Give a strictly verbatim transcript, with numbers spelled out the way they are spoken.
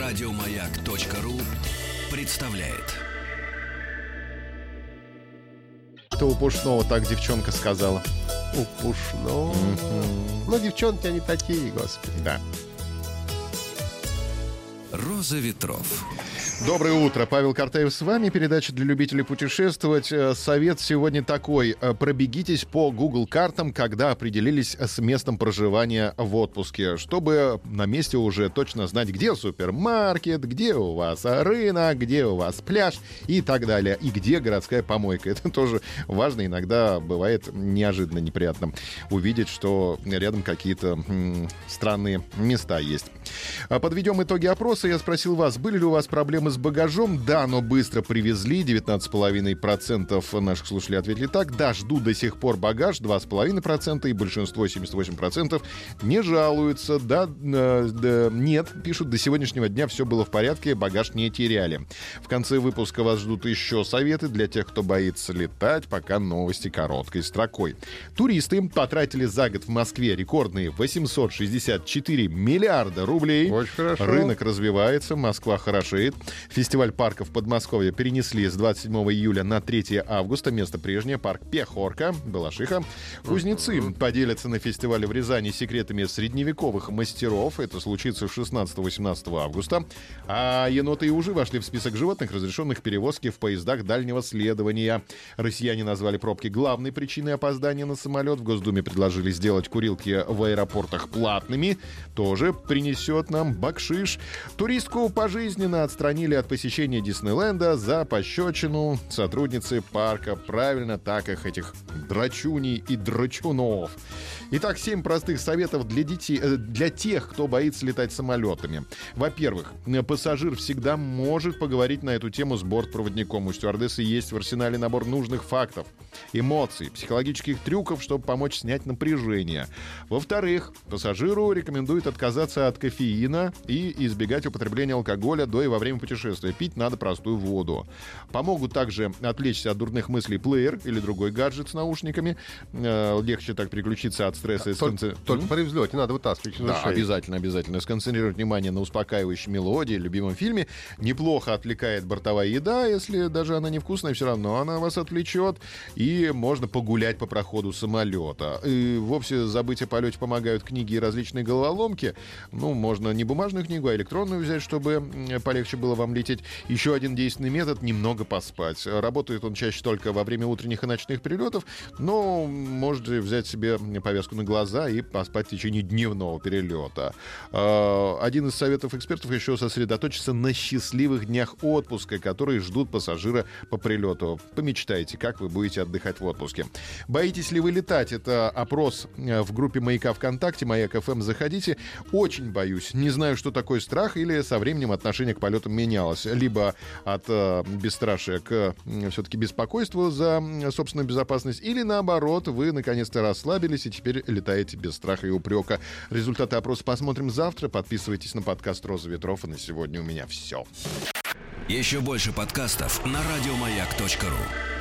Радиомаяк.ру представляет. Это у Пушного так девчонка сказала. У Пушного. Mm-hmm. Ну, девчонки, они такие, господи. Да. Роза ветров. Доброе утро. Павел Картаев с вами. Передача для любителей путешествовать. Совет сегодня такой. Пробегитесь по Google картам, когда определились с местом проживания в отпуске, чтобы на месте уже точно знать, где супермаркет, где у вас рынок, где у вас пляж и так далее. И где городская помойка. Это тоже важно. Иногда бывает неожиданно неприятно увидеть, что рядом какие-то м- странные места есть. Подведем итоги опроса. Я спросил вас, были ли у вас проблемы с багажом? Да, но быстро привезли. девятнадцать целых пять десятых процента наших слушателей ответили так. Да, жду до сих пор багаж. два целых пять десятых процента. И большинство, семьдесят восемь процентов, не жалуются. Да, э, да, нет, пишут, до сегодняшнего дня все было в порядке, багаж не теряли. В конце выпуска вас ждут еще советы для тех, кто боится летать. Пока новости короткой строкой. Туристы потратили за год в Москве рекордные восемьсот шестьдесят четыре миллиарда рублей. Очень хорошо. Рынок развивается, Москва хорошеет. Фестиваль парков Подмосковья перенесли с двадцать седьмого июля на третьего августа. Место прежнее — парк Пехорка, Балашиха. Кузнецы uh-huh. поделятся на фестивале в Рязани секретами средневековых мастеров. Это случится шестнадцатого-восемнадцатого августа. А еноты и ужи вошли в список животных, разрешенных перевозки в поездах дальнего следования. Россияне назвали пробки главной причиной опоздания на самолет. В Госдуме предложили сделать курилки в аэропортах платными. Тоже принесет нам бакшиш. Туристку пожизненно отстранили от посещения Диснейленда за пощечину сотрудницы парка. Правильно, так их, этих драчуней и драчунов. Итак, семь простых советов для детей, для тех, кто боится летать самолетами. Во-первых, пассажир всегда может поговорить на эту тему с бортпроводником. У стюардессы есть в арсенале набор нужных фактов, эмоций, психологических трюков, чтобы помочь снять напряжение. Во-вторых, пассажиру рекомендуют отказаться от кофеина и избегать употребления алкоголя до и во время путешествия. Пить надо простую воду. Помогут также отвлечься от дурных мыслей плеер или другой гаджет с наушниками. Э, легче так переключиться от стресса. Да, только, сконцентр... только при взлете надо вытаскивать. Да, обязательно, обязательно. Сконцентрировать внимание на успокаивающей мелодии, любимом фильме. Неплохо отвлекает бортовая еда, если даже она невкусная, все равно она вас отвлечет. И можно погулять по проходу самолета. И вовсе забыть о полете помогают книги и различные головоломки. Ну, можно не бумажную книгу, а электронную взять, чтобы полегче было вам лететь. Еще один действенный метод — немного поспать. Работает он чаще только во время утренних и ночных перелетов, но можете взять себе повязку на глаза и поспать в течение дневного перелета. Один из советов экспертов еще — сосредоточиться на счастливых днях отпуска, которые ждут пассажира по прилету. Помечтайте, как вы будете отдыхать в отпуске. Боитесь ли вы летать? Это опрос в группе Маяка ВКонтакте, Маяк эф эм. Заходите. Очень боюсь. Не знаю, что такое страх, или со временем отношение к полетам менялось. Либо от э, бесстрашия к э, все-таки беспокойству за э, собственную безопасность, или наоборот, вы наконец-то расслабились и теперь летаете без страха и упрека. Результаты опроса посмотрим завтра. Подписывайтесь на подкаст «Роза ветров». И на сегодня у меня все. Еще больше подкастов на радиомаяк точка ру.